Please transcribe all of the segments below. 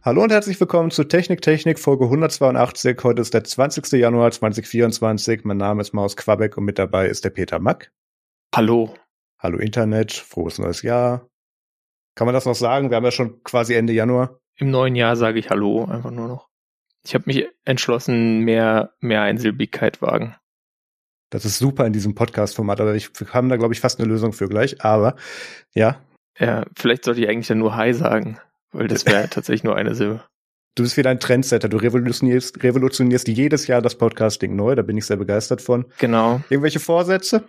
Hallo und herzlich willkommen zu Technik, Folge 182. Heute ist der 20. Januar 2024. Mein Name ist Maus Quabeck und mit dabei ist der Peter Mack. Hallo. Hallo Internet, frohes neues Jahr. Kann man das noch sagen? Wir haben ja schon quasi Ende Januar. Im neuen Jahr sage ich Hallo, einfach nur noch. Ich habe mich entschlossen, mehr Einsilbigkeit wagen. Das ist super in diesem Podcast-Format, aber wir haben da, glaube ich, fast eine Lösung für gleich. Aber, ja. Ja, vielleicht sollte ich eigentlich dann nur Hi sagen, weil das wäre tatsächlich nur eine Silbe. Du bist wieder ein Trendsetter. Du revolutionierst jedes Jahr das Podcasting neu. Da bin ich sehr begeistert von. Genau. Irgendwelche Vorsätze?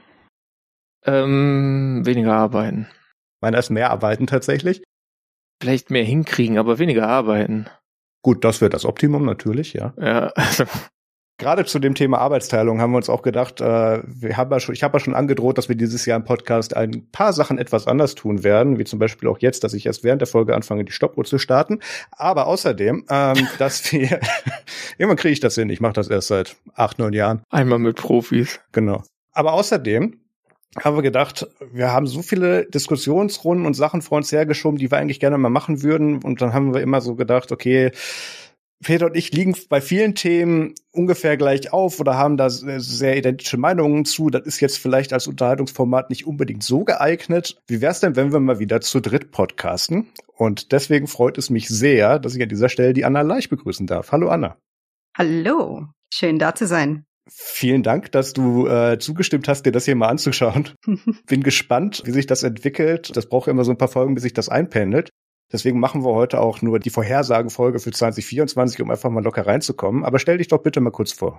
Weniger arbeiten. Meiner ist mehr arbeiten tatsächlich. Vielleicht mehr hinkriegen, aber weniger arbeiten. Gut, das wird das Optimum natürlich, ja. Ja, also. Gerade zu dem Thema Arbeitsteilung haben wir uns auch gedacht, ich habe ja schon angedroht, dass wir dieses Jahr im Podcast ein paar Sachen etwas anders tun werden, wie zum Beispiel auch jetzt, dass ich erst während der Folge anfange, die Stoppuhr zu starten. Aber außerdem, dass wir, irgendwann kriege ich das hin, ich mache das erst seit 8, 9 Jahren. Einmal mit Profis. Genau. Aber außerdem haben wir gedacht, wir haben so viele Diskussionsrunden und Sachen vor uns hergeschoben, die wir eigentlich gerne mal machen würden. Und dann haben wir immer so gedacht, okay, Peter und ich liegen bei vielen Themen ungefähr gleich auf oder haben da sehr identische Meinungen zu. Das ist jetzt vielleicht als Unterhaltungsformat nicht unbedingt so geeignet. Wie wär's denn, wenn wir mal wieder zu dritt podcasten? Und deswegen freut es mich sehr, dass ich an dieser Stelle die Anna Leich begrüßen darf. Hallo Anna. Hallo, schön da zu sein. Vielen Dank, dass du zugestimmt hast, dir das hier mal anzuschauen. Bin gespannt, wie sich das entwickelt. Das braucht ja immer so ein paar Folgen, bis sich das einpendelt. Deswegen machen wir heute auch nur die Vorhersagenfolge für 2024, um einfach mal locker reinzukommen. Aber stell dich doch bitte mal kurz vor.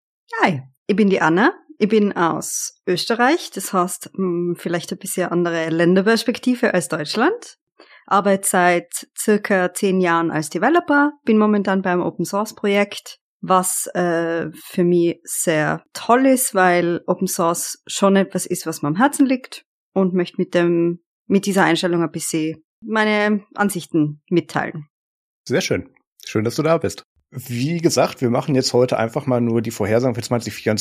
Hi, ich bin die Anna. Ich bin aus Österreich. Das heißt, vielleicht ein bisschen andere Länderperspektive als Deutschland. Arbeite seit circa 10 Jahren als Developer. Bin momentan beim Open-Source-Projekt, was für mich sehr toll ist, weil Open Source schon etwas ist, was mir am Herzen liegt und möchte mit dieser Einstellung ein bisschen meine Ansichten mitteilen. Sehr schön. Schön, dass du da bist. Wie gesagt, wir machen jetzt heute einfach mal nur die Vorhersagen für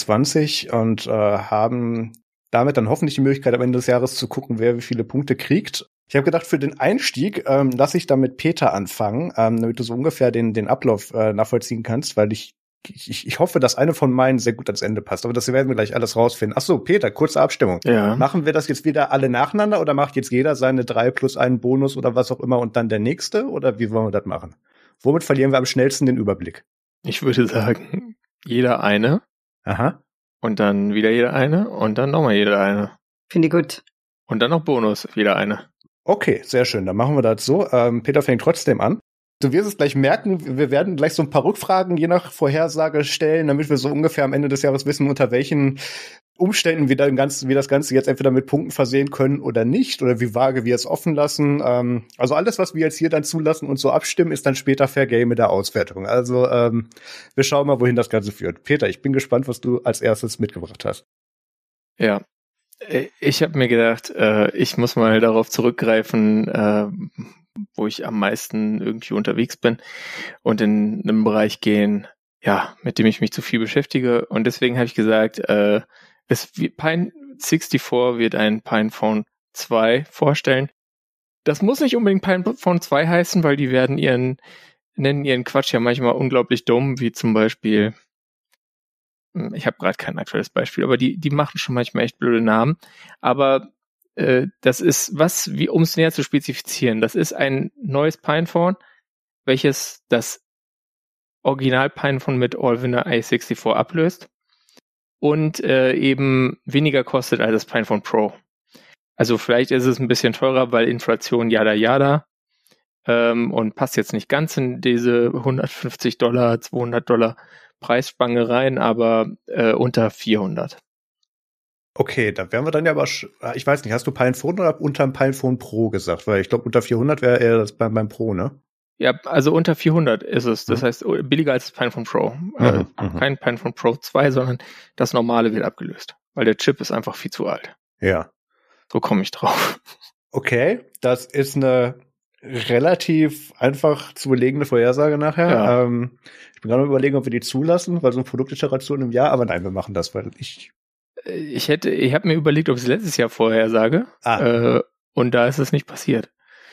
2024 und haben damit dann hoffentlich die Möglichkeit, am Ende des Jahres zu gucken, wer wie viele Punkte kriegt. Ich habe gedacht, für den Einstieg lasse ich da mit Peter anfangen, damit du so ungefähr den Ablauf nachvollziehen kannst, weil ich hoffe, dass eine von meinen sehr gut ans Ende passt. Aber das werden wir gleich alles rausfinden. Ach so, Peter, kurze Abstimmung. Ja. Machen wir das jetzt wieder alle nacheinander oder macht jetzt jeder seine 3 plus einen Bonus oder was auch immer und dann der nächste? Oder wie wollen wir das machen? Womit verlieren wir am schnellsten den Überblick? Ich würde sagen, jeder eine. Aha. Und dann wieder jeder eine und dann nochmal jeder eine. Finde ich gut. Und dann noch Bonus, jeder eine. Okay, sehr schön. Dann machen wir das so. Peter fängt trotzdem an. Du wirst es gleich merken, wir werden gleich so ein paar Rückfragen je nach Vorhersage stellen, damit wir so ungefähr am Ende des Jahres wissen, unter welchen Umständen wir das Ganze jetzt entweder mit Punkten versehen können oder nicht, oder wie vage wir es offen lassen. Also alles, was wir jetzt hier dann zulassen und so abstimmen, ist dann später Fair Game mit der Auswertung. Also wir schauen mal, wohin das Ganze führt. Peter, ich bin gespannt, was du als erstes mitgebracht hast. Ja, ich habe mir gedacht, ich muss mal darauf zurückgreifen, wo ich am meisten irgendwie unterwegs bin und in einen Bereich gehen, ja, mit dem ich mich zu viel beschäftige. Und deswegen habe ich gesagt, Pine 64 wird ein Pinephone 2 vorstellen. Das muss nicht unbedingt Pinephone 2 heißen, weil die nennen ihren Quatsch ja manchmal unglaublich dumm, wie zum Beispiel, ich habe gerade kein aktuelles Beispiel, aber die machen schon manchmal echt blöde Namen. Aber das ist um es näher zu spezifizieren, das ist ein neues Pinephone, welches das Original Pinephone mit Allwinner i64 ablöst und eben weniger kostet als das Pinephone Pro. Also vielleicht ist es ein bisschen teurer, weil Inflation yada und passt jetzt nicht ganz in diese $150, $200 Preisspanne rein, aber unter 400. Okay, da wären wir dann ja aber, ich weiß nicht, hast du Pinephone oder unter dem Pinephone Pro gesagt? Weil ich glaube, unter 400 wäre eher das beim Pro, ne? Ja, also unter 400 ist es. Das heißt, billiger als das Pinephone Pro. Kein Pinephone Pro 2, sondern das normale wird abgelöst. Weil der Chip ist einfach viel zu alt. Ja. So komme ich drauf. Okay, das ist eine relativ einfach zu belegende Vorhersage nachher. Ja. Ich bin gerade mal überlegen, ob wir die zulassen, weil so eine Produktiteration im Jahr, aber nein, wir machen das, weil ich habe mir überlegt, ob ich es letztes Jahr vorhersage. Und da ist es nicht passiert.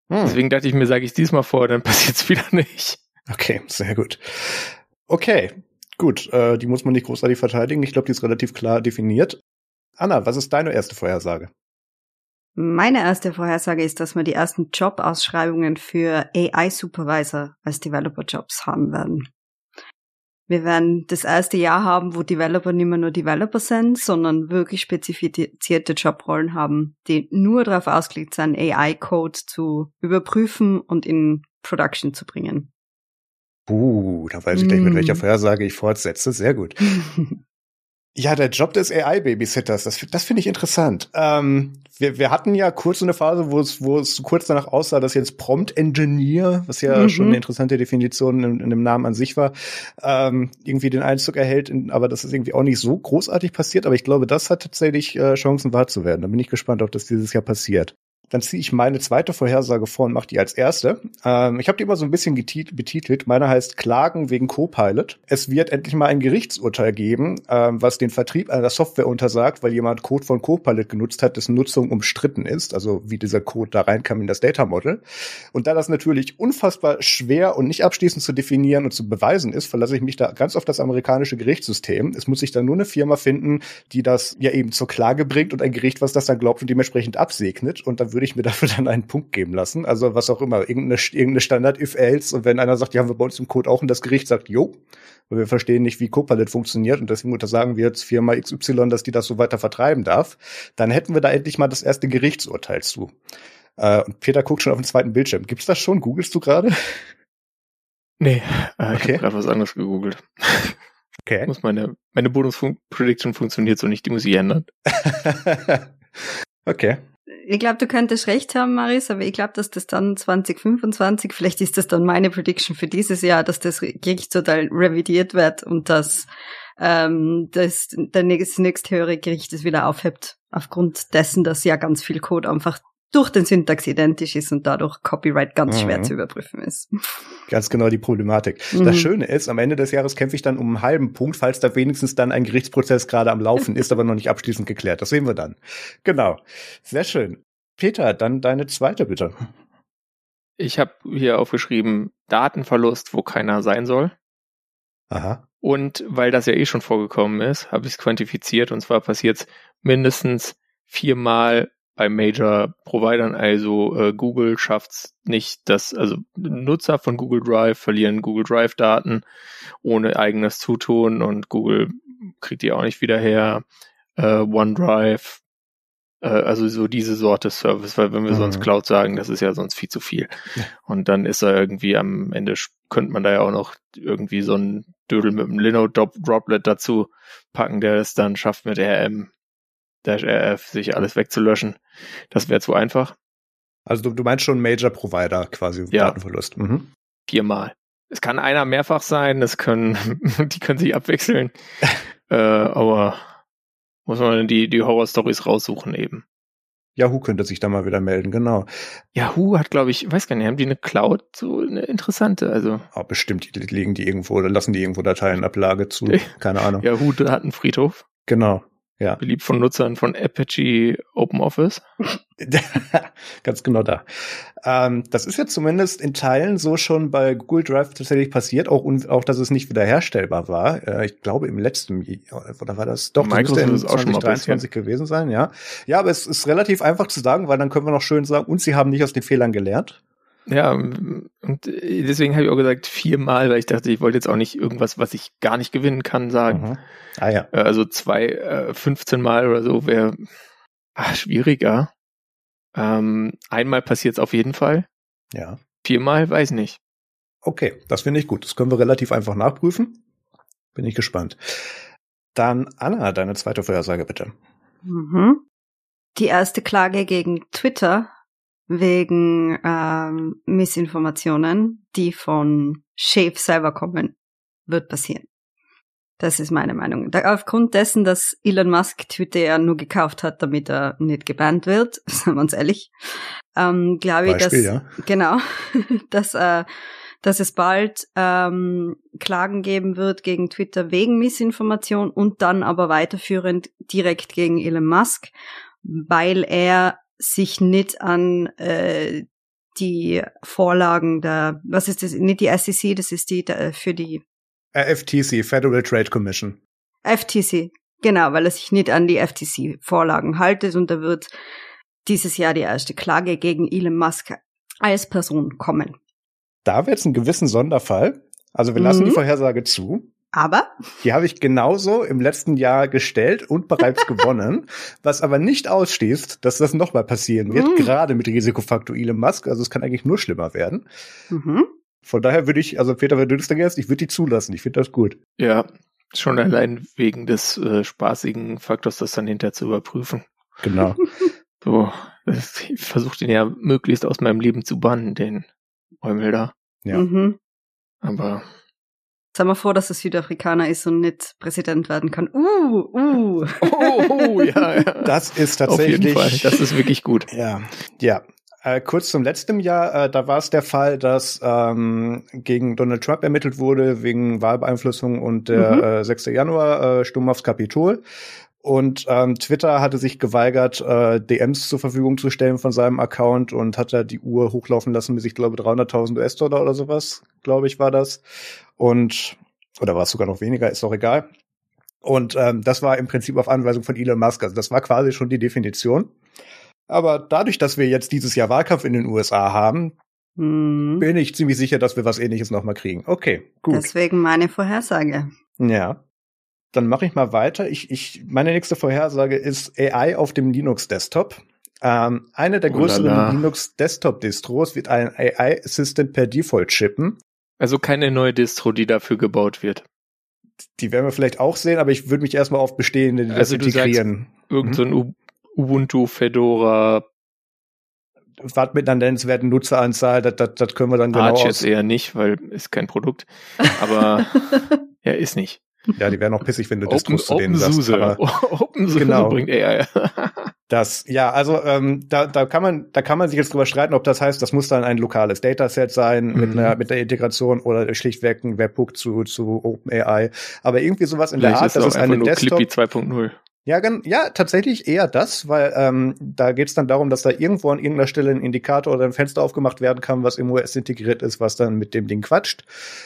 Deswegen dachte ich mir, sage ich es diesmal vor, dann passiert es wieder nicht. Okay, sehr gut. Okay, gut. Die muss man nicht großartig verteidigen. Ich glaube, die ist relativ klar definiert. Anna, was ist deine erste Vorhersage? Meine erste Vorhersage ist, dass wir die ersten Jobausschreibungen für AI-Supervisor als Developer-Jobs haben werden. Wir werden das erste Jahr haben, wo Developer nicht mehr nur Developer sind, sondern wirklich spezifizierte Jobrollen haben, die nur darauf ausgelegt sind, AI-Code zu überprüfen und in Production zu bringen. Da weiß ich gleich, mit welcher Vorhersage ich fortsetze. Sehr gut. Ja, der Job des AI-Babysitters, das finde ich interessant. Wir hatten ja kurz so eine Phase, wo es kurz danach aussah, dass jetzt Prompt Engineer, was ja schon eine interessante Definition in dem Namen an sich war, irgendwie den Einzug erhält, aber das ist irgendwie auch nicht so großartig passiert. Aber ich glaube, das hat tatsächlich Chancen wahr zu werden. Da bin ich gespannt, ob das dieses Jahr passiert. Dann ziehe ich meine zweite Vorhersage vor und mache die als erste. Ich habe die immer so ein bisschen betitelt. Meine heißt Klagen wegen Copilot. Es wird endlich mal ein Gerichtsurteil geben, was den Vertrieb einer Software untersagt, weil jemand Code von Copilot genutzt hat, dessen Nutzung umstritten ist. Also wie dieser Code da reinkam in das Data Model. Und da das natürlich unfassbar schwer und nicht abschließend zu definieren und zu beweisen ist, verlasse ich mich da ganz auf das amerikanische Gerichtssystem. Es muss sich dann nur eine Firma finden, die das ja eben zur Klage bringt und ein Gericht, was das dann glaubt und dementsprechend absegnet. Und dann würde ich mir dafür dann einen Punkt geben lassen. Also was auch immer, irgendeine Standard-If-Else. Und wenn einer sagt, die haben wir bei uns im Code auch, und das Gericht sagt, jo, weil wir verstehen nicht, wie Copilot funktioniert und deswegen untersagen wir jetzt Firma XY, dass die das so weiter vertreiben darf, dann hätten wir da endlich mal das erste Gerichtsurteil zu. Und Peter guckt schon auf den zweiten Bildschirm. Gibt's das schon? Googlest du gerade? Nee, ich habe gerade was anderes gegoogelt. Okay. Meine Bonus-Prediction funktioniert so nicht, die muss ich ändern. Okay. Ich glaube, du könntest recht haben, Maris, aber ich glaube, dass das dann 2025, vielleicht ist das dann meine Prediction für dieses Jahr, dass das Gerichtsurteil revidiert wird und dass das nächste höhere Gericht es wieder aufhebt, aufgrund dessen, dass ja ganz viel Code einfach durch den Syntax identisch ist und dadurch Copyright ganz schwer zu überprüfen ist. Ganz genau die Problematik. Das Schöne ist, am Ende des Jahres kämpfe ich dann um einen halben Punkt, falls da wenigstens dann ein Gerichtsprozess gerade am Laufen ist, aber noch nicht abschließend geklärt. Das sehen wir dann. Genau. Sehr schön. Peter, dann deine zweite, bitte. Ich habe hier aufgeschrieben, Datenverlust, wo keiner sein soll. Aha. Und weil das ja eh schon vorgekommen ist, habe ich es quantifiziert, und zwar passiert es mindestens 4-mal bei Major-Providern, also Google schafft's nicht, also Nutzer von Google Drive verlieren Google Drive-Daten ohne eigenes Zutun und Google kriegt die auch nicht wieder her. OneDrive, also so diese Sorte Service, weil wenn wir sonst Cloud sagen, das ist ja sonst viel zu viel. Und dann ist da irgendwie am Ende, könnte man da ja auch noch irgendwie so einen Dödel mit einem Linode-Droplet dazu packen, der es dann schafft mit rm-rf sich alles wegzulöschen. Das wäre zu einfach. Also du meinst schon Major-Provider quasi, ja. Datenverlust. 4-mal. Es kann einer mehrfach sein, die können sich abwechseln. Aber muss man die Horror-Stories raussuchen eben. Yahoo könnte sich da mal wieder melden, genau. Yahoo hat, glaube ich, weiß gar nicht, haben die eine Cloud, so eine interessante, also. Bestimmt, legen die irgendwo oder lassen die irgendwo Dateienablage zu, keine Ahnung. Yahoo hat einen Friedhof. Genau, ja. Beliebt von Nutzern von Apache OpenOffice. Ganz genau da. Das ist ja zumindest in Teilen so schon bei Google Drive tatsächlich passiert, auch dass es nicht wiederherstellbar war. Ich glaube im letzten Jahr, oder war das? Doch, das müsste in 2023 gewesen sein, ja. Ja, aber es ist relativ einfach zu sagen, weil dann können wir noch schön sagen, und sie haben nicht aus den Fehlern gelernt. Ja, und deswegen habe ich auch gesagt 4-mal, weil ich dachte, ich wollte jetzt auch nicht irgendwas, was ich gar nicht gewinnen kann, sagen. Ah ja. Also 15-mal oder so wäre schwieriger. Einmal passiert es auf jeden Fall. Ja. 4-mal, weiß nicht. Okay, das finde ich gut. Das können wir relativ einfach nachprüfen. Bin ich gespannt. Dann Anna, deine zweite Vorhersage bitte. Die erste Klage gegen Twitter wegen Missinformationen, die von Chef selber kommen, wird passieren. Das ist meine Meinung. Aufgrund dessen, dass Elon Musk Twitter ja nur gekauft hat, damit er nicht gebannt wird, sagen wir uns ehrlich, glaube ich, dass es bald Klagen geben wird gegen Twitter wegen Missinformation und dann aber weiterführend direkt gegen Elon Musk, weil er sich nicht an die Vorlagen was ist das? Nicht die SEC, das ist für die FTC, Federal Trade Commission. FTC, genau, weil er sich nicht an die FTC-Vorlagen haltet und da wird dieses Jahr die erste Klage gegen Elon Musk als Person kommen. Da wird es einen gewissen Sonderfall. Also wir lassen die Vorhersage zu. Aber? Die habe ich genauso im letzten Jahr gestellt und bereits gewonnen, was aber nicht ausschließt, dass das nochmal passieren wird, gerade mit Risikofaktor Elon Musk. Also es kann eigentlich nur schlimmer werden. Von daher würde ich, also Peter, wenn du das dann jetzt, ich würde die zulassen. Ich finde das gut. Ja, schon allein wegen des spaßigen Faktors, das dann hinterher zu überprüfen. Genau. So, ich versuche den ja möglichst aus meinem Leben zu bannen, den Eumel da. Ja. Aber Sei mal froh, dass er Südafrikaner ist und nicht Präsident werden kann. Ja. Das ist tatsächlich. Auf jeden Fall, das ist wirklich gut. Ja. Kurz zum letzten Jahr, da war es der Fall, dass gegen Donald Trump ermittelt wurde wegen Wahlbeeinflussung und der 6. Januar Sturm aufs Kapitol. Und Twitter hatte sich geweigert, DMs zur Verfügung zu stellen von seinem Account und hat da die Uhr hochlaufen lassen bis, ich glaube, 300.000 US-Dollar oder sowas, glaube ich, war das. Oder war es sogar noch weniger, ist auch egal. Und das war im Prinzip auf Anweisung von Elon Musk. Also das war quasi schon die Definition. Aber dadurch, dass wir jetzt dieses Jahr Wahlkampf in den USA haben, bin ich ziemlich sicher, dass wir was Ähnliches nochmal kriegen. Okay, gut. Deswegen meine Vorhersage. Ja. Dann mache ich mal weiter. Meine nächste Vorhersage ist AI auf dem Linux-Desktop. Eine der größeren Linux-Desktop-Distros wird ein AI-Assistant per Default shippen. Also keine neue Distro, die dafür gebaut wird. Die werden wir vielleicht auch sehen, aber ich würde mich erstmal auf bestehende integrieren. Irgend so ein Ubuntu, Fedora. Was mit einer nennenswerten Nutzeranzahl, das können wir dann genau Arch jetzt eher nicht, weil ist kein Produkt. Aber ist nicht. Ja, die wären auch pissig, wenn du Distros zu denen sagst. OpenSUSE genau. Bringt AI. Da kann man sich jetzt drüber streiten, ob das heißt, das muss dann ein lokales Dataset sein mit der Integration oder schlichtweg ein Webhook zu OpenAI. Aber irgendwie sowas in der Art, das ist eine Desktop. Clippy 2.0. Ja, tatsächlich eher das, weil da geht's dann darum, dass da irgendwo an irgendeiner Stelle ein Indikator oder ein Fenster aufgemacht werden kann, was im OS integriert ist, was dann mit dem Ding quatscht.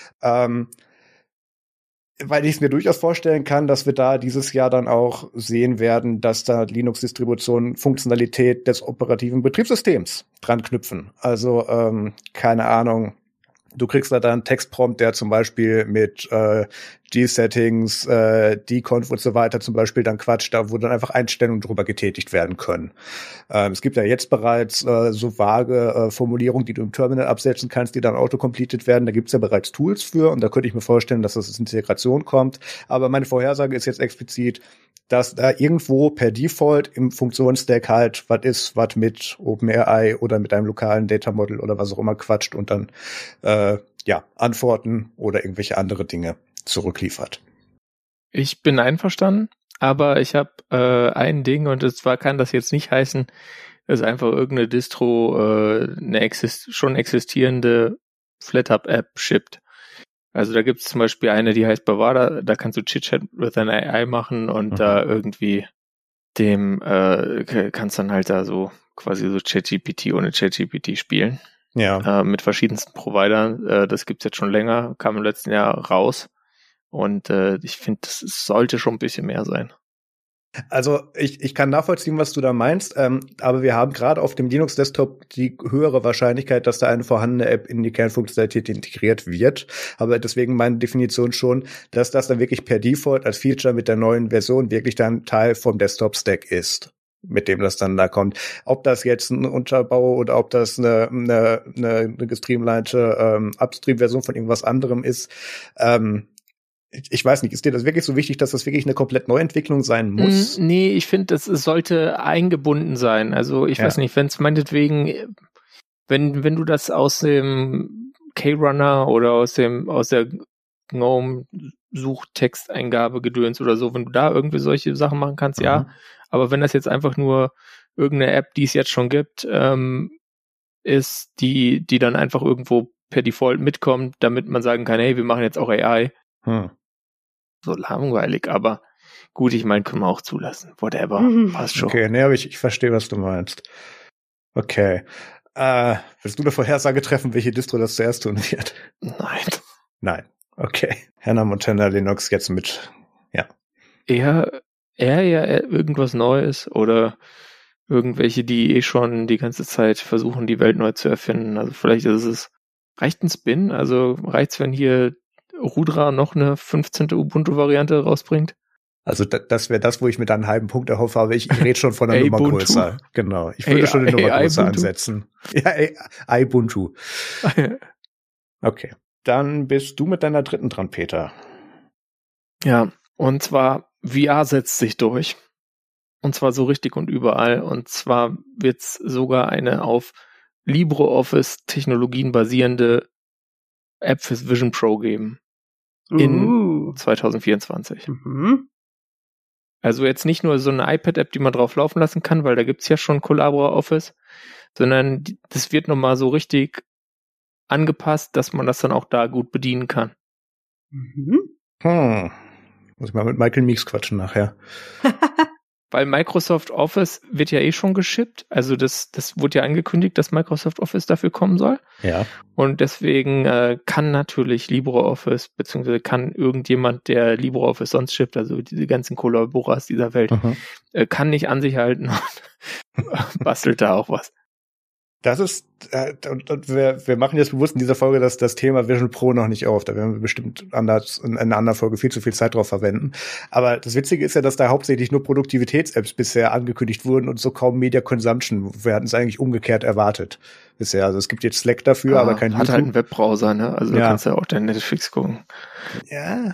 Weil ich es mir durchaus vorstellen kann, dass wir da dieses Jahr dann auch sehen werden, dass da Linux-Distributionen Funktionalität des operativen Betriebssystems dran knüpfen. Also, keine Ahnung, du kriegst da dann einen Textprompt, der zum Beispiel mit G-Settings, Dconf und so weiter zum Beispiel dann quatscht, da wo dann einfach Einstellungen drüber getätigt werden können. Es gibt ja jetzt bereits so vage Formulierungen, die du im Terminal absetzen kannst, die dann autocompleted werden. Da gibt's ja bereits Tools für und da könnte ich mir vorstellen, dass das als Integration kommt. Aber meine Vorhersage ist jetzt explizit, dass da irgendwo per Default im Funktionsstack halt was mit OpenAI oder mit einem lokalen Data Model oder was auch immer quatscht und dann Antworten oder irgendwelche andere Dinge zurückliefert. Ich bin einverstanden, aber ich habe ein Ding und zwar kann das jetzt nicht heißen, dass einfach irgendeine Distro eine schon existierende FlatHub-App shippt. Also da gibt es zum Beispiel eine, die heißt Bavada, da kannst du Chit-Chat with an AI machen und da irgendwie dem kannst dann halt da so quasi so ChatGPT ohne ChatGPT spielen. Ja. Mit verschiedensten Providern. Das gibt's jetzt schon länger, kam im letzten Jahr raus. Und ich finde, das sollte schon ein bisschen mehr sein. Also ich kann nachvollziehen, was du da meinst, aber wir haben gerade auf dem Linux-Desktop die höhere Wahrscheinlichkeit, dass da eine vorhandene App in die Kernfunktionalität integriert wird. Aber deswegen meine Definition schon, dass das dann wirklich per Default als Feature mit der neuen Version wirklich dann Teil vom Desktop-Stack ist, mit dem das dann da kommt. Ob das jetzt ein Unterbau oder ob das eine gestreamlinete Upstream-Version von irgendwas anderem ist, ich weiß nicht, ist dir das wirklich so wichtig, dass das wirklich eine komplett Neuentwicklung sein muss? Nee, ich finde, es sollte eingebunden sein. Also ich weiß nicht, wenn es meinetwegen, wenn du das aus dem K-Runner oder aus der GNOME-Suchtexteingabe-Gedöns oder so, wenn du da irgendwie solche Sachen machen kannst, ja. Aber wenn das jetzt einfach nur irgendeine App, die es jetzt schon gibt, ist, die dann einfach irgendwo per Default mitkommt, damit man sagen kann, hey, wir machen jetzt auch AI. So langweilig, aber gut, ich meine, können wir auch zulassen. Whatever, passt schon. Okay, aber ich verstehe, was du meinst. Okay. Willst du eine Vorhersage treffen, welche Distro das zuerst tun wird? Nein. Okay. Hannah Montana Linux jetzt mit, ja. Eher irgendwas Neues oder irgendwelche, die schon die ganze Zeit versuchen, die Welt neu zu erfinden. Also vielleicht reicht ein Spin? Also reicht's, wenn hier Rudra noch eine 15. Ubuntu-Variante rausbringt? Also das wäre das, wo ich mir dann einen halben Punkt erhoffe, aber ich rede schon von einer Nummer größer. Genau, ich würde schon eine Nummer größer ansetzen. Ja, Ubuntu. Okay, dann bist du mit deiner dritten dran, Peter. Ja, und zwar VR setzt sich durch. Und zwar so richtig und überall. Und zwar wird's sogar eine auf LibreOffice-Technologien basierende App fürs Vision Pro geben. In 2024. Mhm. Also jetzt nicht nur so eine iPad-App, die man drauf laufen lassen kann, weil da gibt's ja schon Collabora Office, sondern das wird nochmal so richtig angepasst, dass man das dann auch da gut bedienen kann. Mhm. Muss ich mal mit Michael Meeks quatschen nachher. Weil Microsoft Office wird ja schon geschippt. Also das wurde ja angekündigt, dass Microsoft Office dafür kommen soll. Ja. Und deswegen kann natürlich LibreOffice, beziehungsweise kann irgendjemand, der LibreOffice sonst shippt, also diese ganzen Collaboras dieser Welt, kann nicht an sich halten und bastelt da auch was. Das ist, und wir machen jetzt bewusst in dieser Folge das Thema Vision Pro noch nicht auf. Da werden wir bestimmt in einer anderen Folge viel zu viel Zeit drauf verwenden. Aber das Witzige ist ja, dass da hauptsächlich nur Produktivitäts-Apps bisher angekündigt wurden und so kaum Media Consumption. Wir hatten es eigentlich umgekehrt erwartet bisher. Also es gibt jetzt Slack dafür, aber kein YouTube. Hat halt einen Webbrowser, ne? Also du kannst ja auch dein Netflix gucken. Ja.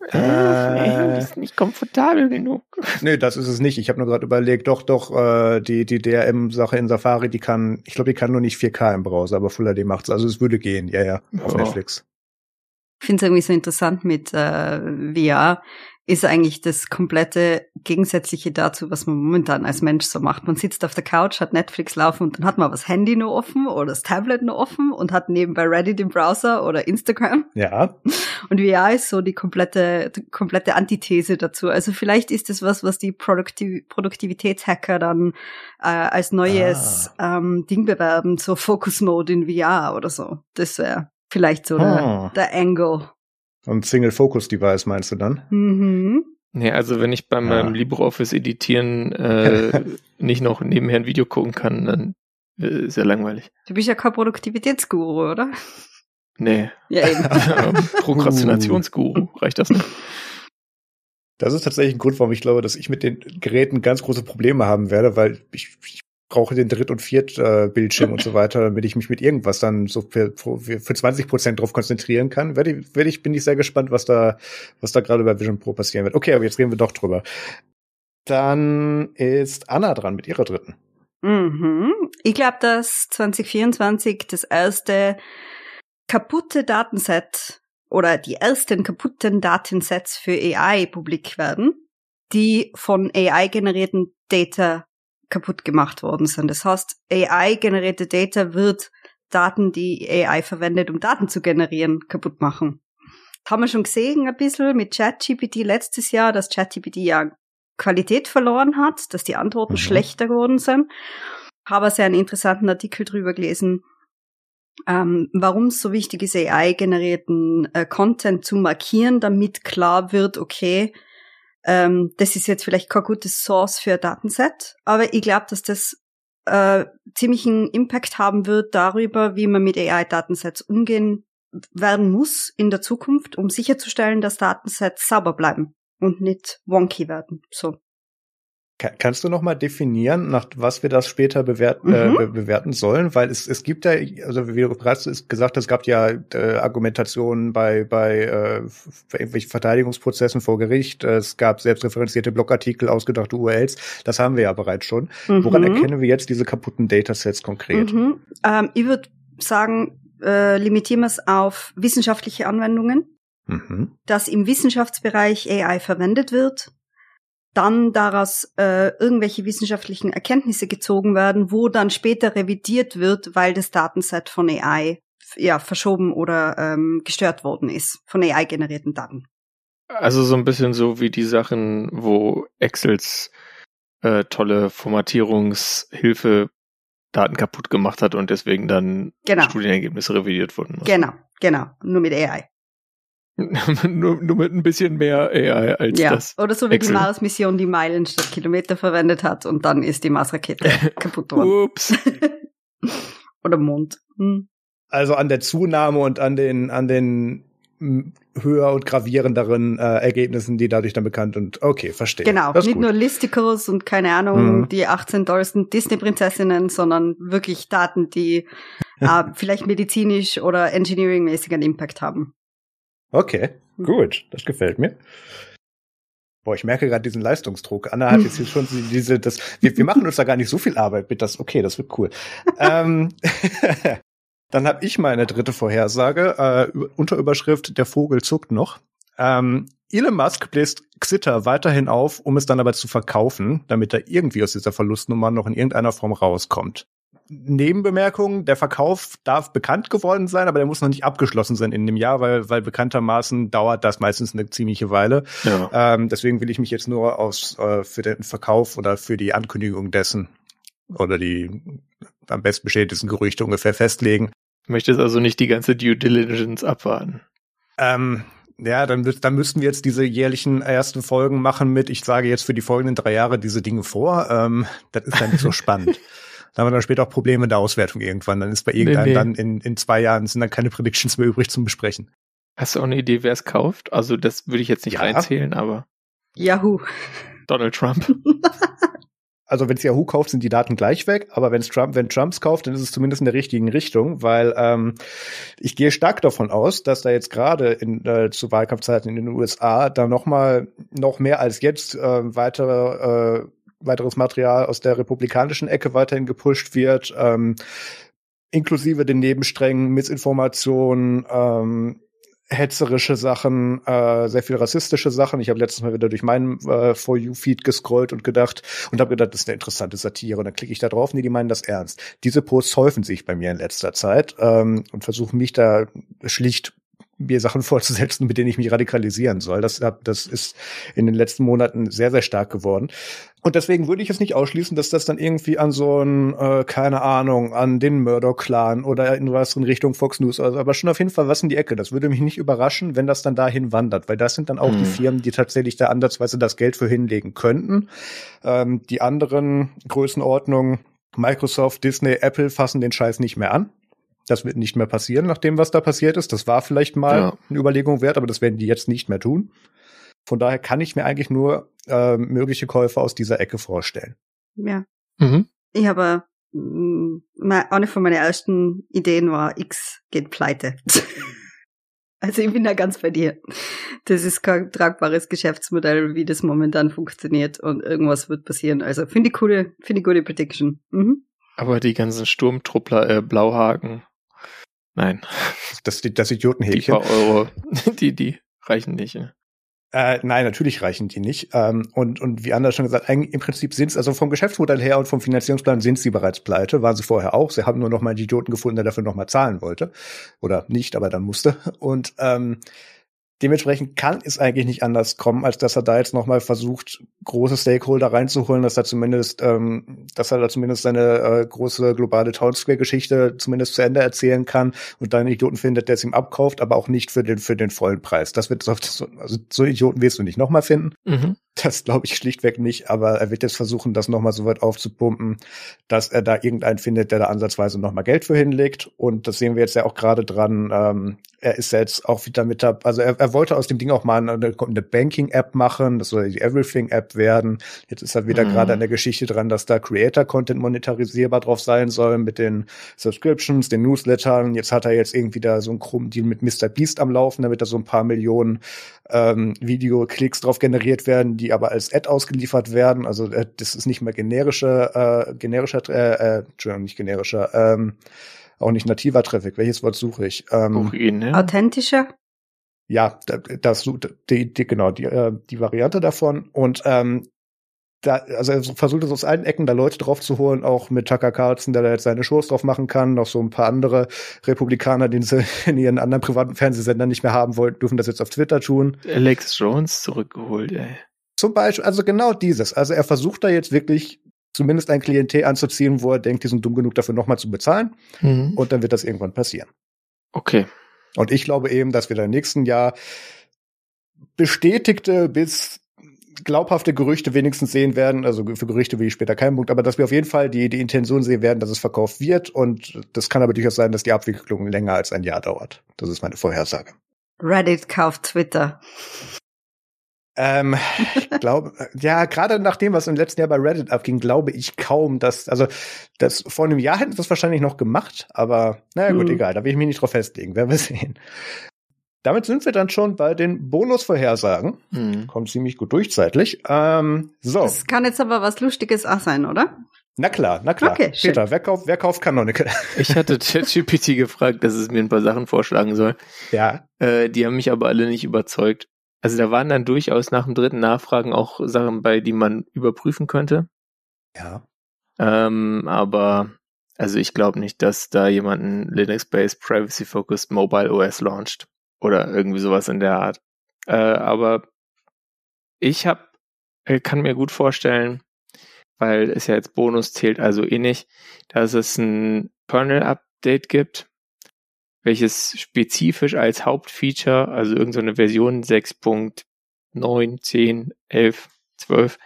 Das ist nicht komfortabel genug. Nee, das ist es nicht. Ich habe nur gerade überlegt, doch, die DRM-Sache in Safari, die kann nur nicht 4K im Browser, aber Full HD macht's. Also es würde gehen, auf Netflix. Ich finde es irgendwie so interessant mit VR, ist eigentlich das komplette Gegensätzliche dazu, was man momentan als Mensch so macht. Man sitzt auf der Couch, hat Netflix laufen und dann hat man das Handy nur offen oder das Tablet nur offen und hat nebenbei Reddit im Browser oder Instagram. Ja. Und VR ist so die komplette Antithese dazu. Also vielleicht ist es was die Produktivitätshacker dann als neues Ding bewerben, so Focus Mode in VR oder so. Das wäre vielleicht so der Angle. Und Single-Focus-Device meinst du dann? Mhm. Nee, also wenn ich bei meinem LibreOffice editieren nicht noch nebenher ein Video gucken kann, dann ist ja langweilig. Du bist ja kein Produktivitätsguru, oder? Nee. Ja, eben. Prokrastinationsguru, reicht das nicht? Das ist tatsächlich ein Grund, warum ich glaube, dass ich mit den Geräten ganz große Probleme haben werde, weil ich brauche den Dritt- und Viert-Bildschirm und so weiter, damit ich mich mit irgendwas dann so für 20% drauf konzentrieren kann. Bin ich sehr gespannt, was da gerade bei Vision Pro passieren wird. Okay, aber jetzt reden wir doch drüber. Dann ist Anna dran mit ihrer dritten. Mhm. Ich glaube, dass 2024 das erste kaputte Datenset oder die ersten kaputten Datensets für AI publik werden, die von AI-generierten Data kaputt gemacht worden sind. Das heißt, AI-generierte Data wird Daten, die AI verwendet, um Daten zu generieren, kaputt machen. Haben wir schon gesehen ein bisschen mit ChatGPT letztes Jahr, dass ChatGPT ja Qualität verloren hat, dass die Antworten schlechter geworden sind. Habe sehr einen interessanten Artikel drüber gelesen, warum es so wichtig ist, AI-generierten Content zu markieren, damit klar wird, okay, das ist jetzt vielleicht kein gutes Source für ein Datenset, aber ich glaube, dass das ziemlichen Impact haben wird darüber, wie man mit AI-Datensets umgehen werden muss in der Zukunft, um sicherzustellen, dass Datensets sauber bleiben und nicht wonky werden. So. Kannst du noch mal definieren, nach was wir das später bewerten sollen? Weil es gibt ja, also wie du bereits gesagt hast, es gab ja Argumentationen bei irgendwelchen Verteidigungsprozessen vor Gericht. Es gab selbstreferenzierte Blogartikel, ausgedachte URLs. Das haben wir ja bereits schon. Woran erkennen wir jetzt diese kaputten Datasets konkret? Ich würde sagen, limitieren wir es auf wissenschaftliche Anwendungen, dass im Wissenschaftsbereich AI verwendet wird, dann daraus irgendwelche wissenschaftlichen Erkenntnisse gezogen werden, wo dann später revidiert wird, weil das Datenset von AI verschoben oder gestört worden ist, von AI-generierten Daten. Also so ein bisschen so wie die Sachen, wo Excels tolle Formatierungshilfe Daten kaputt gemacht hat und deswegen dann Studienergebnisse revidiert wurden. Genau. Nur mit AI. nur mit ein bisschen mehr AI als das. Oder so wie Excel. die Mars-Mission, die Meilen statt Kilometer verwendet hat und dann ist die Mars-Rakete kaputt worden. Ups. Oder Mond. Also an der Zunahme und an den höher und gravierenderen Ergebnissen, die dadurch dann bekannt und okay, verstehe. Genau, nicht nur Listicles und keine Ahnung, die 18 tollsten Disney-Prinzessinnen, sondern wirklich Daten, die vielleicht medizinisch oder engineering-mäßig einen Impact haben. Okay, gut, das gefällt mir. Boah, ich merke gerade diesen Leistungsdruck. Anna hat jetzt hier schon wir machen uns da gar nicht so viel Arbeit mit, das wird cool. Dann habe ich meine dritte Vorhersage, Unterüberschrift, der Vogel zuckt noch. Elon Musk bläst Twitter weiterhin auf, um es dann aber zu verkaufen, damit er irgendwie aus dieser Verlustnummer noch in irgendeiner Form rauskommt. Nebenbemerkung, der Verkauf darf bekannt geworden sein, aber der muss noch nicht abgeschlossen sein in dem Jahr, weil bekanntermaßen dauert das meistens eine ziemliche Weile. Ja. Deswegen will ich mich jetzt nur für den Verkauf oder für die Ankündigung dessen oder die am besten bestätigten Gerüchte ungefähr festlegen. Du möchtest also nicht die ganze Due Diligence abwarten? Ja, dann müssten wir jetzt diese jährlichen ersten Folgen machen mit, ich sage jetzt für die folgenden 3 Jahre diese Dinge vor. Das ist dann nicht so spannend. Da haben wir dann später auch Probleme in der Auswertung irgendwann. Dann ist bei irgendeinem dann in 2 Jahren sind dann keine Predictions mehr übrig zum Besprechen. Hast du auch eine Idee, wer es kauft? Also das würde ich jetzt nicht reinzählen, aber Yahoo. Donald Trump. Also wenn es Yahoo kauft, sind die Daten gleich weg, aber wenn Trumps kauft, dann ist es zumindest in der richtigen Richtung, weil ich gehe stark davon aus, dass da jetzt gerade zu Wahlkampfzeiten in den USA da noch mehr als jetzt weiteres Material aus der republikanischen Ecke weiterhin gepusht wird, inklusive den Nebensträngen, Missinformationen, hetzerische Sachen, sehr viel rassistische Sachen. Ich habe letztes Mal wieder durch meinen For You-Feed gescrollt und habe gedacht, das ist eine interessante Satire. Und dann klicke ich da drauf, nee, die meinen das ernst. Diese Posts häufen sich bei mir in letzter Zeit und versuchen mich da schlicht mir Sachen vorzusetzen, mit denen ich mich radikalisieren soll. Das ist in den letzten Monaten sehr, sehr stark geworden. Und deswegen würde ich es nicht ausschließen, dass das dann irgendwie an so keine Ahnung, an den Murdoch-Clan oder in was in Richtung Fox News, aber schon auf jeden Fall was in die Ecke. Das würde mich nicht überraschen, wenn das dann dahin wandert, weil das sind dann auch die Firmen, die tatsächlich da ansatzweise das Geld für hinlegen könnten. Die anderen Größenordnungen, Microsoft, Disney, Apple fassen den Scheiß nicht mehr an. Das wird nicht mehr passieren, nach dem, was da passiert ist. Das war vielleicht mal eine Überlegung wert, aber das werden die jetzt nicht mehr tun. Von daher kann ich mir eigentlich nur mögliche Käufe aus dieser Ecke vorstellen. Ja. Ich habe eine von meinen ersten Ideen war, X geht pleite. Also ich bin da ganz bei dir. Das ist kein tragbares Geschäftsmodell, wie das momentan funktioniert und irgendwas wird passieren. Also finde ich gute Prediction. Aber die ganzen Sturmtruppler, Blauhaken, nein. Das Idiotenhäkchen. Die paar Euro, die reichen nicht. Ne? Nein, natürlich reichen die nicht. Und wie Anders schon gesagt, eigentlich im Prinzip sind es, also vom Geschäftsmodell her und vom Finanzierungsplan sind sie bereits pleite, waren sie vorher auch. Sie haben nur noch mal einen Idioten gefunden, der dafür noch mal zahlen wollte. Oder nicht, aber dann musste. Und dementsprechend kann es eigentlich nicht anders kommen, als dass er da jetzt nochmal versucht, große Stakeholder reinzuholen, dass er zumindest seine große globale Townsquare-Geschichte zumindest zu Ende erzählen kann und dann einen Idioten findet, der es ihm abkauft, aber auch nicht für den vollen Preis. Das wird so Idioten wirst du nicht nochmal finden. Das glaube ich schlichtweg nicht, aber er wird jetzt versuchen, das nochmal so weit aufzupumpen, dass er da irgendeinen findet, der da ansatzweise nochmal Geld für hinlegt. Und das sehen wir jetzt ja auch gerade dran. Er ist ja jetzt auch wieder mit da, also er wollte aus dem Ding auch mal eine Banking-App machen, das soll die Everything-App werden. Jetzt ist er wieder gerade an der Geschichte dran, dass da Creator-Content monetarisierbar drauf sein soll mit den Subscriptions, den Newslettern. Jetzt hat er irgendwie da so einen krummen Deal mit MrBeast am Laufen, damit da so ein paar Millionen Videoklicks drauf generiert werden, die aber als Ad ausgeliefert werden. Also das ist nicht mehr auch nicht nativer Traffic. Welches Wort suche ich? Authentischer? Ja, die Variante davon. Und also er versucht es aus allen Ecken da Leute drauf zu holen, auch mit Tucker Carlson, der da jetzt seine Shows drauf machen kann, noch so ein paar andere Republikaner, die sie in ihren anderen privaten Fernsehsendern nicht mehr haben wollten, dürfen das jetzt auf Twitter tun. Alex Jones zurückgeholt, ey. Zum Beispiel, also genau dieses. Also er versucht da jetzt wirklich zumindest ein Klientel anzuziehen, wo er denkt, die sind dumm genug dafür nochmal zu bezahlen. Und dann wird das irgendwann passieren. Okay. Und ich glaube eben, dass wir dann im nächsten Jahr bestätigte bis glaubhafte Gerüchte wenigstens sehen werden, also für Gerüchte will ich später keinen Punkt, aber dass wir auf jeden Fall die Intention sehen werden, dass es verkauft wird, und das kann aber durchaus sein, dass die Abwicklung länger als ein Jahr dauert. Das ist meine Vorhersage. Reddit kauft Twitter. Ich glaube, ja, gerade nach dem, was im letzten Jahr bei Reddit abging, glaube ich kaum, dass, also das vor einem Jahr hätten sie das wahrscheinlich noch gemacht, aber naja gut, egal, da will ich mich nicht drauf festlegen, werden wir sehen. Damit sind wir dann schon bei den Bonusvorhersagen. Kommt ziemlich gut durch zeitlich. So. Das kann jetzt aber was Lustiges auch sein, oder? Na klar. Okay, Peter, wer kauft Canonical? Ich hatte ChatGPT gefragt, dass es mir ein paar Sachen vorschlagen soll. Ja. Die haben mich aber alle nicht überzeugt. Also da waren dann durchaus nach dem dritten Nachfragen auch Sachen bei, die man überprüfen könnte. Ja. Aber also ich glaube nicht, dass da jemand ein Linux-based Privacy-Focused Mobile OS launcht. Oder irgendwie sowas in der Art. Aber ich kann mir gut vorstellen, weil es ja jetzt Bonus zählt, also eh nicht, dass es ein Kernel-Update gibt, welches spezifisch als Hauptfeature, also irgendeine Version 6.9, 10, 11, 12,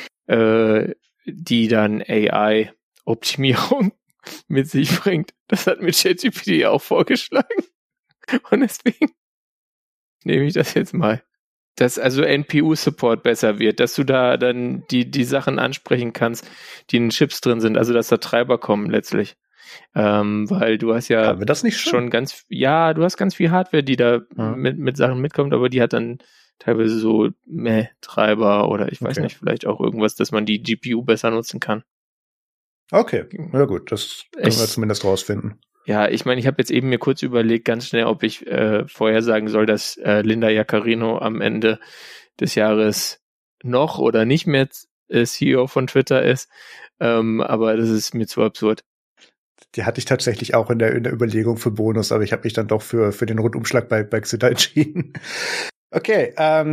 die dann AI-Optimierung mit sich bringt. Das hat mir ChatGPT auch vorgeschlagen. Und deswegen nehme ich das jetzt mal. Dass also NPU-Support besser wird, dass du da dann die Sachen ansprechen kannst, die in den Chips drin sind, also dass da Treiber kommen letztlich. Weil du hast ja haben wir das nicht schon du hast ganz viel Hardware, die da mit Sachen mitkommt, aber die hat dann teilweise so Treiber oder ich weiß nicht, vielleicht auch irgendwas, dass man die GPU besser nutzen kann. Okay, na gut, das können wir zumindest rausfinden. Ja, ich meine, ich habe jetzt eben mir kurz überlegt, ganz schnell, ob ich vorher sagen soll, dass Linda Yaccarino am Ende des Jahres noch oder nicht mehr CEO von Twitter ist. Aber das ist mir zu absurd. Die hatte ich tatsächlich auch in der Überlegung für Bonus, aber ich habe mich dann doch für den Rundumschlag bei Xita entschieden. Okay,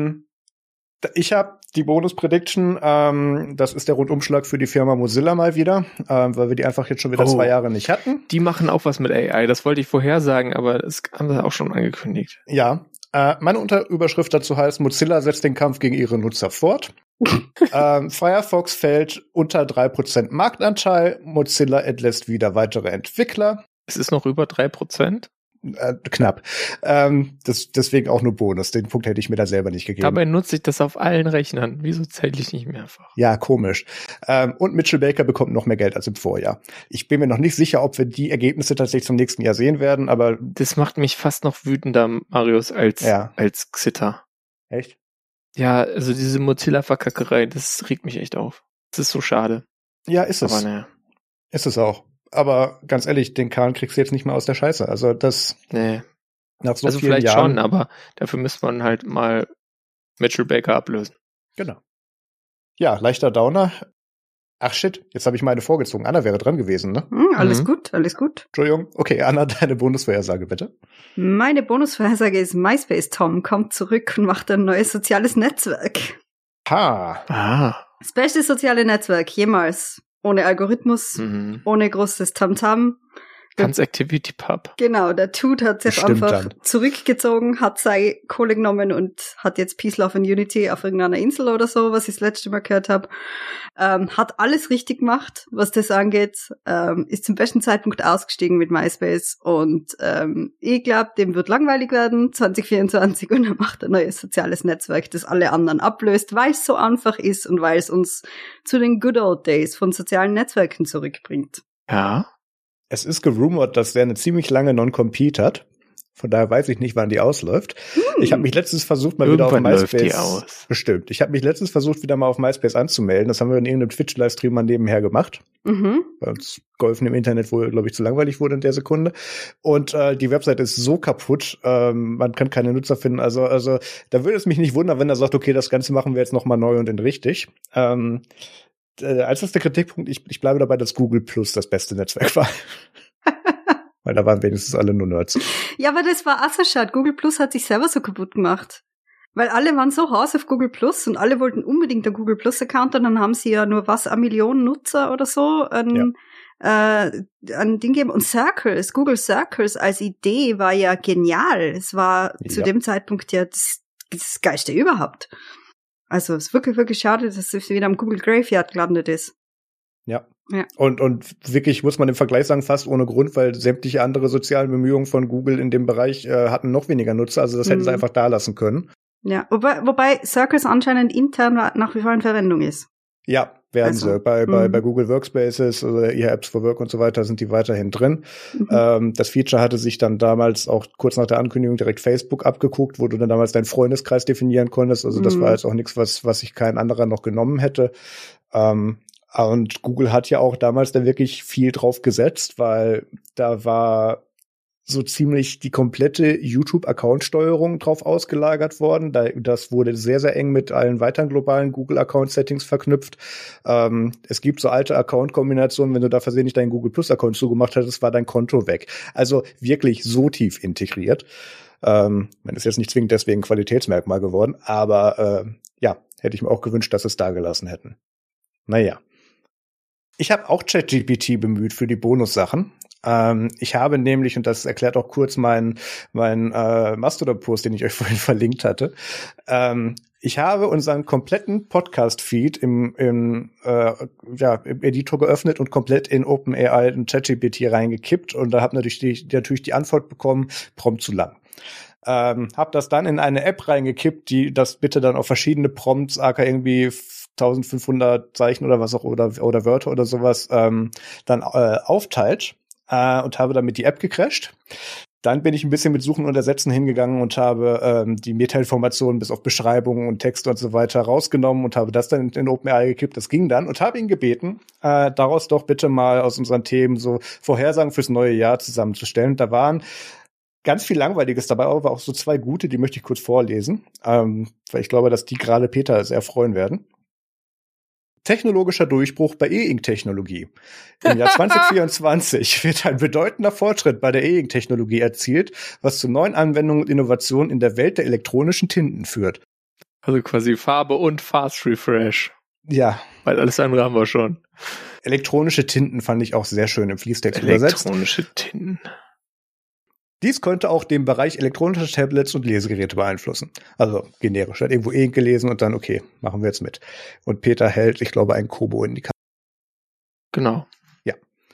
ich habe die Bonus-Prediction, das ist der Rundumschlag für die Firma Mozilla mal wieder, weil wir die einfach jetzt schon wieder 2 Jahre nicht hatten. Die machen auch was mit AI, das wollte ich vorher sagen, aber das haben sie auch schon angekündigt. Ja, meine Unterüberschrift dazu heißt, Mozilla setzt den Kampf gegen ihre Nutzer fort. Firefox fällt unter 3% Marktanteil, Mozilla entlässt wieder weitere Entwickler. Es ist noch über 3%? Knapp. Deswegen auch nur Bonus. Den Punkt hätte ich mir da selber nicht gegeben. Dabei nutze ich das auf allen Rechnern. Wieso zähle ich nicht mehrfach? Ja, komisch. Und Mitchell Baker bekommt noch mehr Geld als im Vorjahr. Ich bin mir noch nicht sicher, ob wir die Ergebnisse tatsächlich zum nächsten Jahr sehen werden, aber das macht mich fast noch wütender, Marius, als Xita. Echt? Ja, also diese Mozilla-Verkackerei, das regt mich echt auf. Das ist so schade. Ja, ist es. Aber naja. Ist es auch. Aber ganz ehrlich, den Kahn kriegst du jetzt nicht mehr aus der Scheiße. Also das. Nee. Nach so also vielen vielleicht Jahren, schon, aber dafür müsste man halt mal Mitchell Baker ablösen. Genau. Ja, leichter Downer. Ach shit, jetzt habe ich meine vorgezogen. Anna wäre dran gewesen, ne? Alles gut, alles gut. Entschuldigung. Okay, Anna, deine Bonusvorhersage bitte. Meine Bonusvorhersage ist, MySpace Tom kommt zurück und macht ein neues soziales Netzwerk. Das beste soziale Netzwerk jemals. Ohne Algorithmus, ohne großes Tamtam. Ganz Activity Pub. Genau, der Dude hat sich einfach zurückgezogen, hat seine Kohle genommen und hat jetzt Peace, Love and Unity auf irgendeiner Insel oder so, was ich das letzte Mal gehört habe. Hat alles richtig gemacht, was das angeht. Ist zum besten Zeitpunkt ausgestiegen mit MySpace und ich glaube, dem wird langweilig werden 2024 und er macht ein neues soziales Netzwerk, das alle anderen ablöst, weil es so einfach ist und weil es uns zu den Good Old Days von sozialen Netzwerken zurückbringt. Ja. Es ist gerumort, dass der eine ziemlich lange Non-Compete hat. Von daher weiß ich nicht, wann die ausläuft. Ich habe mich letztens versucht, mal wieder auf MySpace. Bestimmt. Ich habe mich letztens versucht, wieder mal auf MySpace anzumelden. Das haben wir in irgendeinem Twitch-Livestream mal nebenher gemacht. Weil uns Golfen im Internet wohl, glaube ich, zu langweilig wurde in der Sekunde. Und die Website ist so kaputt, man kann keine Nutzer finden. Also da würde es mich nicht wundern, wenn er sagt, okay, das Ganze machen wir jetzt noch mal neu und in richtig. Als das der Kritikpunkt, ich bleibe dabei, dass Google Plus das beste Netzwerk war. Weil da waren wenigstens alle nur Nerds. Ja, aber das war Assashat. Google Plus hat sich selber so kaputt gemacht. Weil alle waren so heiß auf Google Plus und alle wollten unbedingt einen Google Plus Account und dann haben sie ja nur 1 Million Nutzer oder so ein Ding geben. Und Google Circles als Idee war ja genial. Es war zu dem Zeitpunkt ja das Geilste überhaupt. Also es ist wirklich, wirklich schade, dass es wieder am Google Graveyard gelandet ist. Ja. Und wirklich muss man im Vergleich sagen, fast ohne Grund, weil sämtliche andere sozialen Bemühungen von Google in dem Bereich hatten noch weniger Nutzer. Also das hätten sie einfach da lassen können. Ja, wobei Circles anscheinend intern nach wie vor in Verwendung ist. Ja, werden sie. Bei Google Workspaces oder ihr Apps for Work und so weiter sind die weiterhin drin. Das Feature hatte sich dann damals auch kurz nach der Ankündigung direkt Facebook abgeguckt, wo du dann damals deinen Freundeskreis definieren konntest. Also das war jetzt auch nichts, was sich kein anderer noch genommen hätte. Und Google hat ja auch damals da wirklich viel drauf gesetzt, weil da war so ziemlich die komplette YouTube-Account-Steuerung drauf ausgelagert worden. Das wurde sehr, sehr eng mit allen weiteren globalen Google-Account-Settings verknüpft. Es gibt so alte Account-Kombinationen, wenn du da versehentlich deinen Google-Plus-Account zugemacht hattest, war dein Konto weg. Also wirklich so tief integriert. Ist jetzt nicht zwingend deswegen Qualitätsmerkmal geworden, aber hätte ich mir auch gewünscht, dass es da gelassen hätten. Naja. Ich habe auch ChatGPT bemüht für die Bonussachen. Ich habe nämlich, und das erklärt auch kurz mein Mastodon-Post, den ich euch vorhin verlinkt hatte, ich habe unseren kompletten Podcast-Feed im Editor geöffnet und komplett in OpenAI und ChatGPT reingekippt und da habe natürlich die Antwort bekommen, Prompt zu lang. Hab das dann in eine App reingekippt, die das bitte dann auf verschiedene Prompts, aka irgendwie 1500 Zeichen oder was auch oder Wörter oder sowas dann aufteilt. Und habe damit die App gecrashed. Dann bin ich ein bisschen mit Suchen und Ersetzen hingegangen und habe die Metainformationen bis auf Beschreibungen und Texte und so weiter rausgenommen und habe das dann in OpenAI gekippt. Das ging dann und habe ihn gebeten, daraus doch bitte mal aus unseren Themen so Vorhersagen fürs neue Jahr zusammenzustellen. Da waren ganz viel Langweiliges dabei, aber auch so 2 gute, die möchte ich kurz vorlesen, weil ich glaube, dass die gerade Peter sehr freuen werden. Technologischer Durchbruch bei E-Ink-Technologie. Im Jahr 2024 wird ein bedeutender Fortschritt bei der E-Ink-Technologie erzielt, was zu neuen Anwendungen und Innovationen in der Welt der elektronischen Tinten führt. Also quasi Farbe und Fast Refresh. Ja. Weil alles andere haben wir schon. Elektronische Tinten fand ich auch sehr schön im Fließtext übersetzt. Elektronische Tinten. Dies könnte auch den Bereich elektronischer Tablets und Lesegeräte beeinflussen. Also generisch. Hat irgendwo E-Ink gelesen und dann, okay, machen wir jetzt mit. Und Peter hält, ich glaube, ein Kobo in die Kamera. Genau. Ja.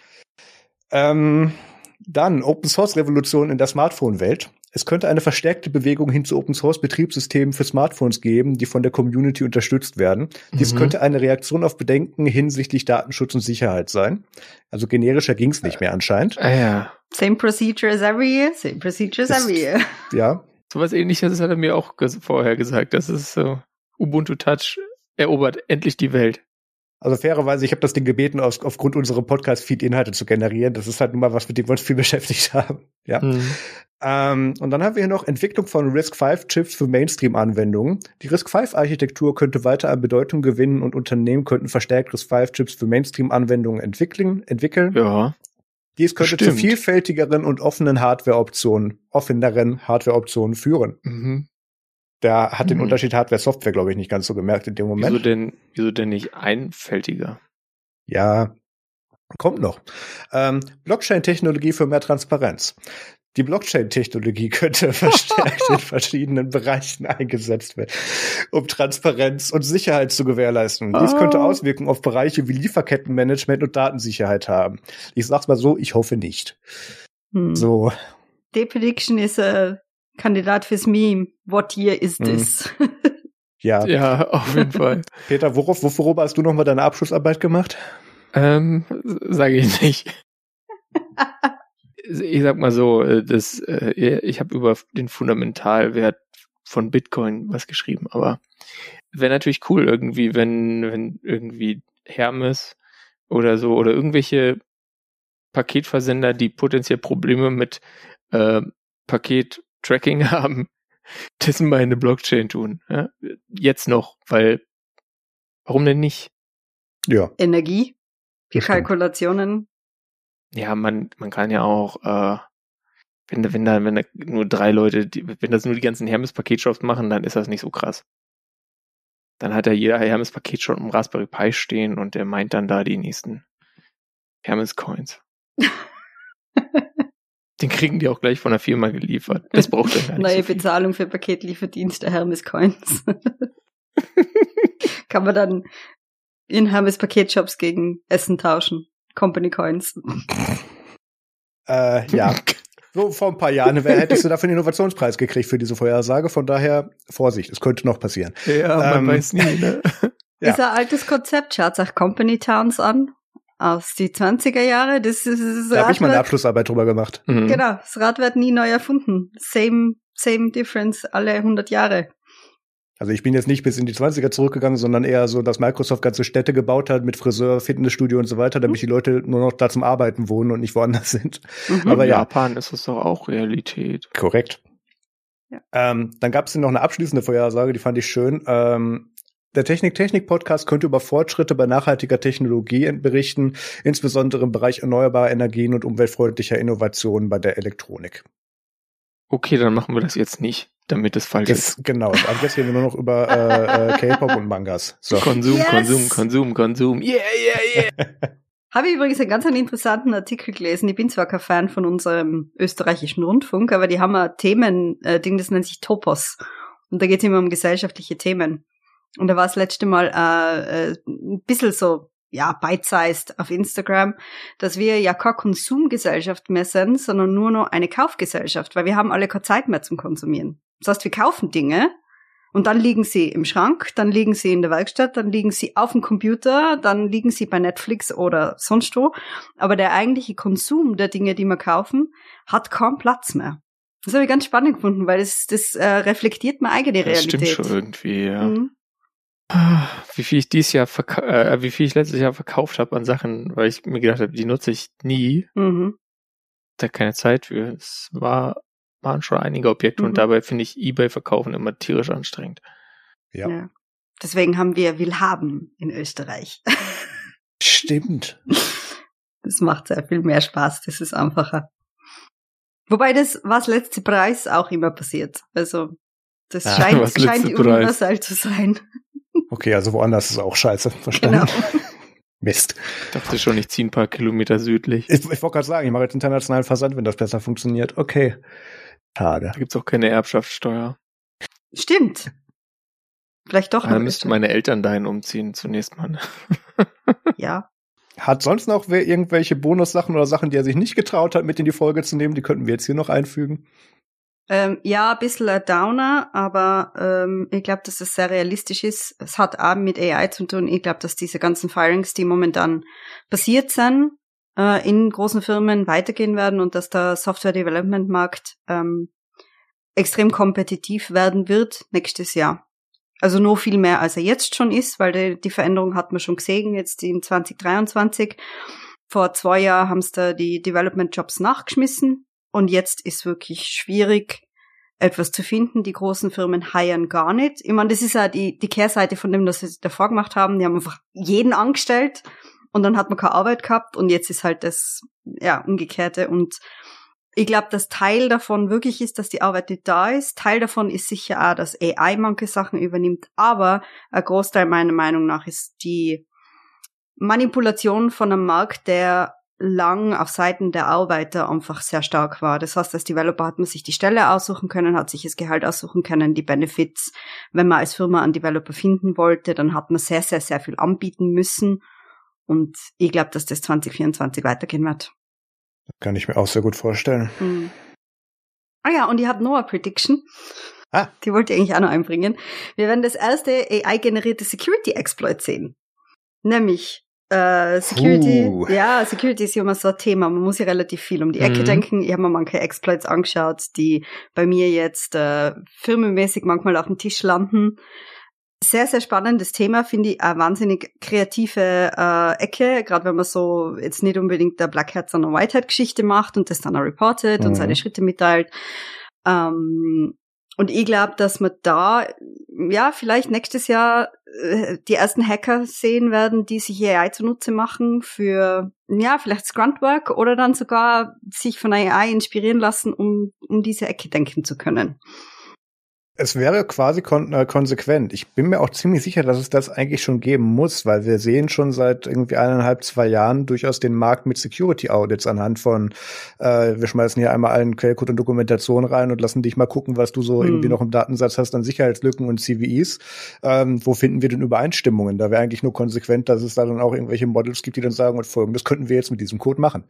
Dann Open-Source-Revolution in der Smartphone-Welt. Es könnte eine verstärkte Bewegung hin zu Open-Source-Betriebssystemen für Smartphones geben, die von der Community unterstützt werden. Dies könnte eine Reaktion auf Bedenken hinsichtlich Datenschutz und Sicherheit sein. Also generischer ging es nicht mehr anscheinend. Ja. Same procedures every year, same procedures every year. Ja. Sowas Ähnliches hat er mir auch vorher gesagt. Das ist so, Ubuntu Touch erobert endlich die Welt. Also fairerweise, ich habe das Ding gebeten, aufgrund unserer Podcast-Feed Inhalte zu generieren. Das ist halt nun mal was, mit dem wir uns viel beschäftigt haben. Ja. Und dann haben wir hier noch Entwicklung von RISC-V-Chips für Mainstream-Anwendungen. Die RISC-V-Architektur könnte weiter an Bedeutung gewinnen und Unternehmen könnten verstärkt RISC-V-Chips für Mainstream-Anwendungen entwickeln. Ja. Dies könnte zu vielfältigeren und offeneren Hardware-Optionen führen. Der hat den Unterschied Hardware-Software, glaube ich, nicht ganz so gemerkt in dem Moment. Wieso denn nicht einfältiger? Ja, kommt noch. Blockchain-Technologie für mehr Transparenz. Die Blockchain-Technologie könnte verstärkt in verschiedenen Bereichen eingesetzt werden, um Transparenz und Sicherheit zu gewährleisten. Dies könnte Auswirkungen auf Bereiche wie Lieferkettenmanagement und Datensicherheit haben. Ich sag's mal so, ich hoffe nicht. So. D-Prediction ist Kandidat fürs Meme. What year is this? Ja, auf jeden Fall. Peter, worüber hast du nochmal deine Abschlussarbeit gemacht? Sage ich nicht. Ich sag mal so, ich habe über den Fundamentalwert von Bitcoin was geschrieben, aber wäre natürlich cool irgendwie, wenn irgendwie Hermes oder so oder irgendwelche Paketversender, die potenziell Probleme mit Paket-Tracking haben, das mal in eine Blockchain tun. Ja? Jetzt noch, weil warum denn nicht? Ja. Energie, die Kalkulationen. Ja, man kann ja auch wenn da nur 3 Leute, wenn das nur die ganzen Hermes-Paketshops machen, dann ist das nicht so krass. Dann hat ja jeder Hermes-Paketshop einen Raspberry Pi stehen und der meint dann da die nächsten Hermes-Coins. Den kriegen die auch gleich von der Firma geliefert. Das braucht er gar nicht. Neue so viel. Bezahlung für Paketlieferdienste Hermes Coins. Kann man dann in Hermes Paketshops gegen Essen tauschen. Company Coins. Ja. So vor ein paar Jahren hättest du dafür einen Innovationspreis gekriegt für diese Vorhersage. Von daher, Vorsicht, es könnte noch passieren. Ja, man weiß nie, ne? Ja. Ist ein altes Konzept. Schaut euch Company Towns an. Aus die 20er Jahre. Das Da habe ich meine Abschlussarbeit drüber gemacht. Mhm. Genau, das Rad wird nie neu erfunden. Same difference alle 100 Jahre. Also ich bin jetzt nicht bis in die 20er zurückgegangen, sondern eher so, dass Microsoft ganze Städte gebaut hat mit Friseur, Fitnessstudio und so weiter, damit die Leute nur noch da zum Arbeiten wohnen und nicht woanders sind. Aber In ja. Japan ist das doch auch Realität. Korrekt. Ja. Dann gab es noch eine abschließende Vorhersage, die fand ich schön. Der Technik-Podcast könnte über Fortschritte bei nachhaltiger Technologie berichten, insbesondere im Bereich erneuerbarer Energien und umweltfreundlicher Innovationen bei der Elektronik. Okay, dann machen wir das jetzt nicht, damit es falsch ist. Genau, also jetzt reden wir nur noch über K-Pop und Mangas. So. Konsum, Yes! Konsum. Yeah. Habe ich übrigens einen ganz interessanten Artikel gelesen. Ich bin zwar kein Fan von unserem österreichischen Rundfunk, aber die haben ein Themen-Ding, das nennt sich Topos. Und da geht es immer um gesellschaftliche Themen. Und da war das letzte Mal ein bisschen so, ja, bite-sized auf Instagram, dass wir ja keine Konsumgesellschaft mehr sind, sondern nur noch eine Kaufgesellschaft, weil wir haben alle keine Zeit mehr zum Konsumieren. Das heißt, wir kaufen Dinge und dann liegen sie im Schrank, dann liegen sie in der Werkstatt, dann liegen sie auf dem Computer, dann liegen sie bei Netflix oder sonst wo. Aber der eigentliche Konsum der Dinge, die wir kaufen, hat kaum Platz mehr. Das habe ich ganz spannend gefunden, weil das reflektiert meine eigene Das Realität. stimmt schon irgendwie, ja. Mhm. Wie viel ich wie viel ich letztes Jahr verkauft habe an Sachen, weil ich mir gedacht habe, die nutze ich nie. Mhm. Da keine Zeit für. Es waren schon einige Objekte und dabei finde ich eBay-Verkaufen immer tierisch anstrengend. Ja. Ja. Deswegen haben wir Willhaben in Österreich. Stimmt. Das macht sehr viel mehr Spaß, das ist einfacher. Wobei das, was letzte Preis auch immer passiert. Also, das scheint universell zu sein. Okay, also woanders ist auch scheiße. Verstanden. Genau. Mist. Ich dachte schon, ich ziehe ein paar Kilometer südlich. Ich wollte gerade sagen, ich mache jetzt internationalen Versand, wenn das besser funktioniert. Okay. Schade. Da gibt's auch keine Erbschaftssteuer. Stimmt. Vielleicht doch. Da müssten meine Eltern dahin umziehen zunächst mal. Ja. Hat sonst noch wer irgendwelche Bonussachen oder Sachen, die er sich nicht getraut hat, mit in die Folge zu nehmen? Die könnten wir jetzt hier noch einfügen. Ja, ein bisschen ein Downer, aber ich glaube, dass das sehr realistisch ist. Es hat auch mit AI zu tun. Ich glaube, dass diese ganzen Firings, die momentan passiert sind, in großen Firmen weitergehen werden und dass der Software-Development-Markt extrem kompetitiv werden wird nächstes Jahr. Also noch viel mehr, als er jetzt schon ist, weil die Veränderung hat man schon gesehen, jetzt in 2023. Vor 2 Jahren haben sie da die Development-Jobs nachgeschmissen. Und jetzt ist wirklich schwierig, etwas zu finden. Die großen Firmen hiren gar nicht. Ich meine, das ist ja die Kehrseite von dem, was sie davor gemacht haben. Die haben einfach jeden angestellt und dann hat man keine Arbeit gehabt und jetzt ist halt das, ja, Umgekehrte. Und ich glaube, dass Teil davon wirklich ist, dass die Arbeit nicht da ist. Teil davon ist sicher auch, dass AI manche Sachen übernimmt. Aber ein Großteil meiner Meinung nach ist die Manipulation von einem Markt, der lang auf Seiten der Arbeiter einfach sehr stark war. Das heißt, als Developer hat man sich die Stelle aussuchen können, hat sich das Gehalt aussuchen können, die Benefits. Wenn man als Firma einen Developer finden wollte, dann hat man sehr, sehr, sehr viel anbieten müssen. Und ich glaube, dass das 2024 weitergehen wird. Kann ich mir auch sehr gut vorstellen. Ah ja, und ich habe noch eine Prediction. Die wollte ich eigentlich auch noch einbringen. Wir werden das erste AI-generierte Security-Exploit sehen. Nämlich Security. Ja, Security ist ja immer so ein Thema. Man muss ja relativ viel um die Ecke denken. Ich habe mir manche Exploits angeschaut, die bei mir jetzt firmenmäßig manchmal auf dem Tisch landen. Sehr, sehr spannendes Thema, finde ich, eine wahnsinnig kreative Ecke, gerade wenn man so jetzt nicht unbedingt der Black Hat, sondern White Hat Geschichte macht und das dann auch reportet und seine Schritte mitteilt. Und ich glaube, dass wir da, ja, vielleicht nächstes Jahr die ersten Hacker sehen werden, die sich AI zunutze machen für, ja, vielleicht das Gruntwork oder dann sogar sich von AI inspirieren lassen, um diese Ecke denken zu können. Es wäre quasi konsequent. Ich bin mir auch ziemlich sicher, dass es das eigentlich schon geben muss, weil wir sehen schon seit irgendwie 1,5, 2 Jahren durchaus den Markt mit Security-Audits anhand von, wir schmeißen hier einmal allen Quellcode und Dokumentation rein und lassen dich mal gucken, was du so irgendwie noch im Datensatz hast an Sicherheitslücken und CVEs. Wo finden wir denn Übereinstimmungen? Da wäre eigentlich nur konsequent, dass es da dann auch irgendwelche Models gibt, die dann sagen, und Folgendes könnten wir jetzt mit diesem Code machen.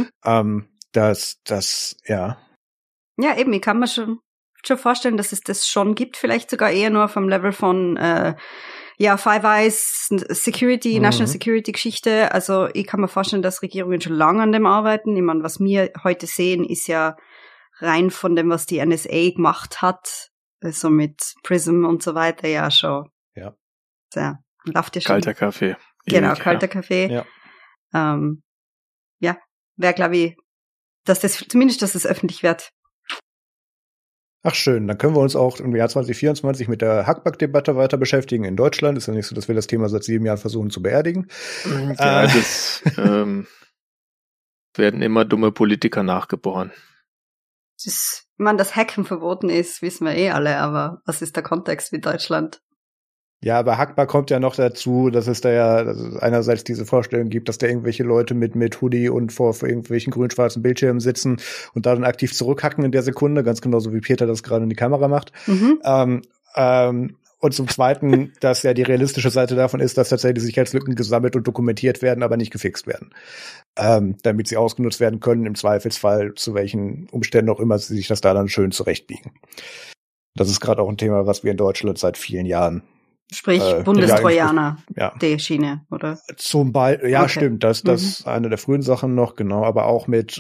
Ja. Ja, eben, ich kann mir schon vorstellen, dass es das schon gibt, vielleicht sogar eher nur vom Level von Five Eyes Security, National Security Geschichte. Also ich kann mir vorstellen, dass Regierungen schon lange an dem arbeiten. Ich meine, was wir heute sehen, ist ja rein von dem, was die NSA gemacht hat, so mit Prism und so weiter, ja schon. Ja. So, läuft ja schon. Kalter Kaffee. Genau, kalter Kaffee. Ja. Wäre, glaube ich, dass es öffentlich wird. Ach schön, dann können wir uns auch im Jahr 2024 mit der Hackback-Debatte weiter beschäftigen in Deutschland. Ist ja nicht so, dass wir das Thema seit 7 Jahren versuchen zu beerdigen. Ja, das werden immer dumme Politiker nachgeboren. Ich meine, dass Hacken verboten ist, wissen wir alle, aber was ist der Kontext mit Deutschland? Ja, aber Hackbar kommt ja noch dazu, dass es da ja einerseits diese Vorstellung gibt, dass da irgendwelche Leute mit Hoodie und vor irgendwelchen grün-schwarzen Bildschirmen sitzen und da dann aktiv zurückhacken in der Sekunde, ganz genauso wie Peter das gerade in die Kamera macht. Und zum Zweiten, dass ja die realistische Seite davon ist, dass tatsächlich Sicherheitslücken gesammelt und dokumentiert werden, aber nicht gefixt werden. Damit sie ausgenutzt werden können, im Zweifelsfall, zu welchen Umständen auch immer sie sich das da dann schön zurechtbiegen. Das ist gerade auch ein Thema, was wir in Deutschland seit vielen Jahren Sprich, Bundestrojaner, die Schiene, oder? Zum Beispiel, ja, okay. Stimmt, das ist eine der frühen Sachen noch, genau, aber auch mit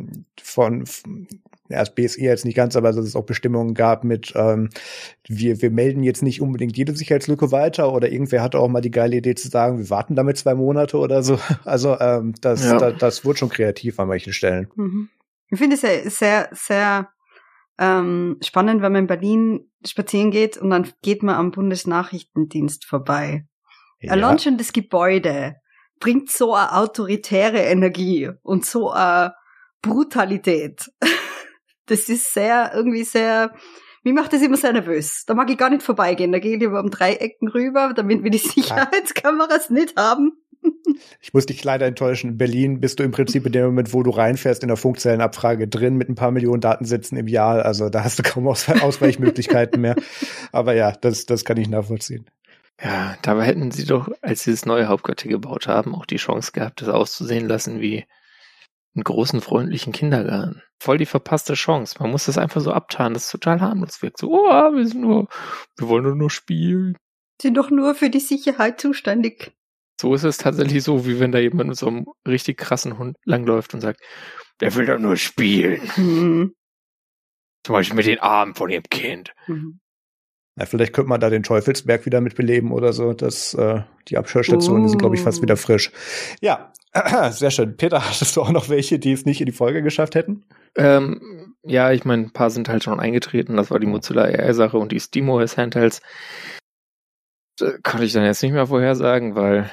das BSI jetzt nicht ganz, aber dass es auch Bestimmungen gab mit, wir melden jetzt nicht unbedingt jede Sicherheitslücke weiter oder irgendwer hatte auch mal die geile Idee zu sagen, wir warten damit 2 Monate oder so. Also das wurde schon kreativ an manchen Stellen. Ich finde es sehr, sehr spannend, wenn man in Berlin spazieren geht und dann geht man am Bundesnachrichtendienst vorbei. Ja. Allein schon das Gebäude bringt so eine autoritäre Energie und so eine Brutalität. Das ist mich macht das immer sehr nervös. Da mag ich gar nicht vorbeigehen. Da gehe ich lieber um 3 Ecken rüber, damit wir die Sicherheitskameras nicht haben. Ich muss dich leider enttäuschen. In Berlin bist du im Prinzip in dem Moment, wo du reinfährst, in der Funkzellenabfrage drin mit ein paar Millionen Datensätzen im Jahr. Also da hast du kaum Ausweichmöglichkeiten mehr. Aber ja, das kann ich nachvollziehen. Ja, dabei hätten sie doch, als sie das neue Hauptquartier gebaut haben, auch die Chance gehabt, das auszusehen lassen wie einen großen, freundlichen Kindergarten. Voll die verpasste Chance. Man muss das einfach so abtarnen, das total harmlos wirkt. So, wir wollen nur spielen. Sind doch nur für die Sicherheit zuständig. So ist es tatsächlich so, wie wenn da jemand mit so einem richtig krassen Hund langläuft und sagt, der will doch nur spielen. Zum Beispiel mit den Armen von ihrem Kind. Ja, vielleicht könnte man da den Teufelsberg wieder mitbeleben oder so. Die Abschirmstationen die sind, glaube ich, fast wieder frisch. Ja, sehr schön. Peter, hattest du auch noch welche, die es nicht in die Folge geschafft hätten? Ja, ich meine, ein paar sind halt schon eingetreten. Das war die Mozilla AI-Sache und die SteamOS-Handhelds. Kann ich dann jetzt nicht mehr vorhersagen, weil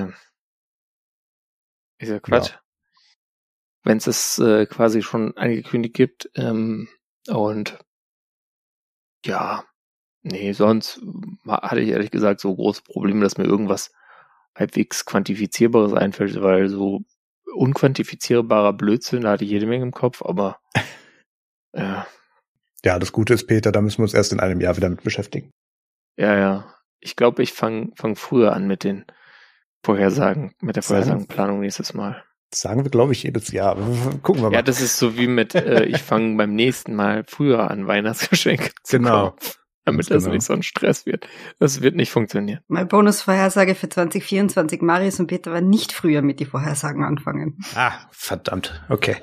ist ja Quatsch. Ja. Wenn es quasi schon angekündigt gibt und ja, nee, sonst hatte ich ehrlich gesagt so große Probleme, dass mir irgendwas halbwegs Quantifizierbares einfällt, weil so unquantifizierbarer Blödsinn, da hatte ich jede Menge im Kopf, aber Ja, das Gute ist, Peter, da müssen wir uns erst in einem Jahr wieder mit beschäftigen. Ja. Ich glaube, ich fang früher an mit den Vorhersagen, mit der Vorhersagenplanung nächstes Mal. Das sagen wir, glaube ich, jedes Jahr. Gucken wir mal. Ja, das ist so wie mit, ich fange beim nächsten Mal früher an, Weihnachtsgeschenke zu kaufen, damit das nicht so ein Stress wird. Das wird nicht funktionieren. Meine Bonusvorhersage für 2024, Marius und Peter werden nicht früher mit die Vorhersagen anfangen. Verdammt. Okay.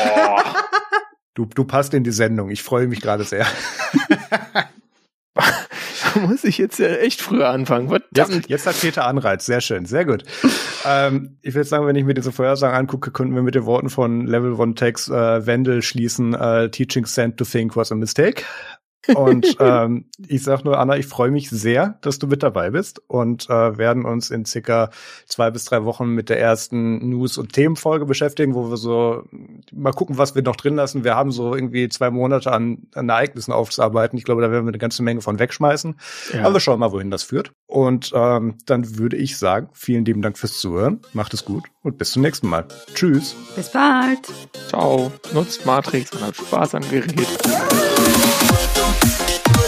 Du passt in die Sendung. Ich freue mich gerade sehr. Da muss ich jetzt ja echt früher anfangen. Jetzt hat Peter Anreiz. Sehr schön. Sehr gut. Ich würde sagen, wenn ich mir diese Vorhersagen angucke, könnten wir mit den Worten von Level 1 Text Wendell schließen. Teaching sent to think was a mistake. Und ich sag nur, Anna, ich freue mich sehr, dass du mit dabei bist und werden uns in circa 2 bis 3 Wochen mit der ersten News- und Themenfolge beschäftigen, wo wir so mal gucken, was wir noch drin lassen. Wir haben so irgendwie 2 Monate an Ereignissen aufzuarbeiten. Ich glaube, da werden wir eine ganze Menge von wegschmeißen. Ja. Aber wir schauen mal, wohin das führt. Und dann würde ich sagen, vielen lieben Dank fürs Zuhören. Macht es gut und bis zum nächsten Mal. Tschüss. Bis bald. Ciao. Nutzt Matrix und habt Spaß am Gerät.